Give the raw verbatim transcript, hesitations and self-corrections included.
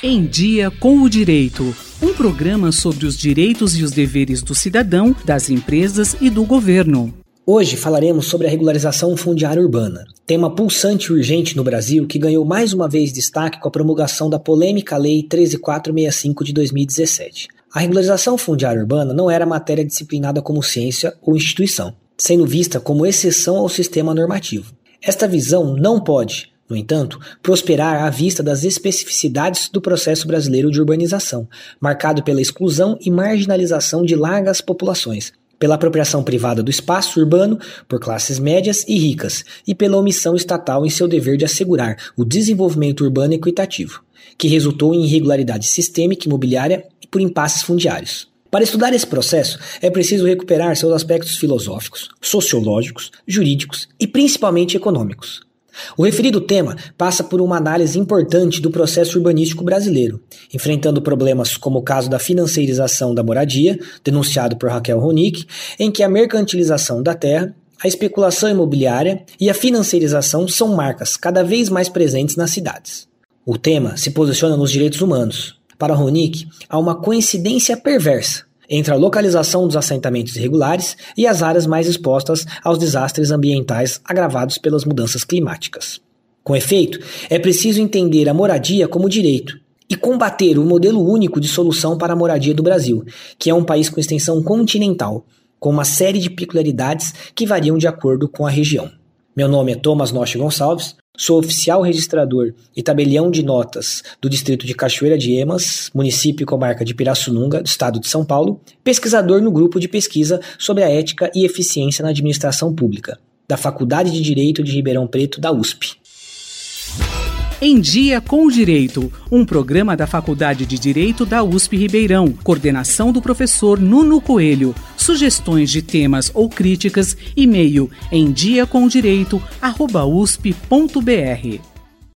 Em Dia com o Direito, um programa sobre os direitos e os deveres do cidadão, das empresas e do governo. Hoje falaremos sobre a regularização fundiária urbana, tema pulsante e urgente no Brasil que ganhou mais uma vez destaque com a promulgação da polêmica Lei treze mil quatrocentos e sessenta e cinco de dois mil e dezessete. A regularização fundiária urbana não era matéria disciplinada como ciência ou instituição, sendo vista como exceção ao sistema normativo. Esta visão não pode, no entanto, prosperar à vista das especificidades do processo brasileiro de urbanização, marcado pela exclusão e marginalização de largas populações, pela apropriação privada do espaço urbano por classes médias e ricas e pela omissão estatal em seu dever de assegurar o desenvolvimento urbano equitativo, que resultou em irregularidade sistêmica imobiliária e por impasses fundiários. Para estudar esse processo, é preciso recuperar seus aspectos filosóficos, sociológicos, jurídicos e principalmente econômicos. O referido tema passa por uma análise importante do processo urbanístico brasileiro, enfrentando problemas como o caso da financiarização da moradia, denunciado por Raquel Ronick, em que a mercantilização da terra, a especulação imobiliária e a financiarização são marcas cada vez mais presentes nas cidades. O tema se posiciona nos direitos humanos. Para Ronick, há uma coincidência perversa entre a localização dos assentamentos irregulares e as áreas mais expostas aos desastres ambientais agravados pelas mudanças climáticas. Com efeito, é preciso entender a moradia como direito e combater o modelo único de solução para a moradia do Brasil, que é um país com extensão continental, com uma série de peculiaridades que variam de acordo com a região. Meu nome é Thomas Noche Gonçalves, sou oficial registrador e tabelião de notas do distrito de Cachoeira de Emas, município e comarca de Pirassununga, do estado de São Paulo, pesquisador no grupo de pesquisa sobre a ética e eficiência na administração pública, da Faculdade de Direito de Ribeirão Preto, da U S P. Em Dia com o Direito, um programa da Faculdade de Direito da U S P Ribeirão, coordenação do professor Nuno Coelho. Sugestões de temas ou críticas, e-mail em diacomdireito arroba usp ponto br.